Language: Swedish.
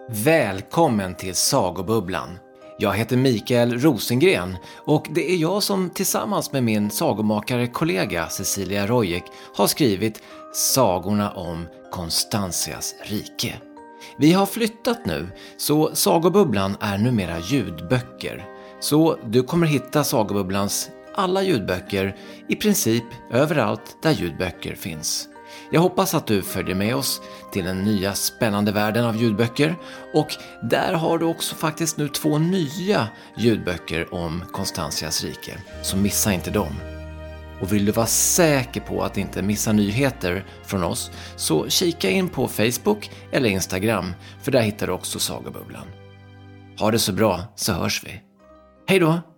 Välkommen till Sagobubblan. Jag heter Mikael Rosengren och det är jag som tillsammans med min sagomakare-kollega Cecilia Rojek har skrivit Sagorna om Constantias rike. Vi har flyttat nu, så Sagobubblan är numera ljudböcker. Så du kommer hitta Sagobubblans alla ljudböcker i princip överallt där ljudböcker finns. Jag hoppas att du följer med oss till den nya spännande världen av ljudböcker, och där har du också faktiskt nu 2 nya ljudböcker om Constantias rike, så missa inte dem. Och vill du vara säker på att inte missa nyheter från oss, så kika in på Facebook eller Instagram, för där hittar du också Sagobubblan. Ha det så bra, så hörs vi. Hej då!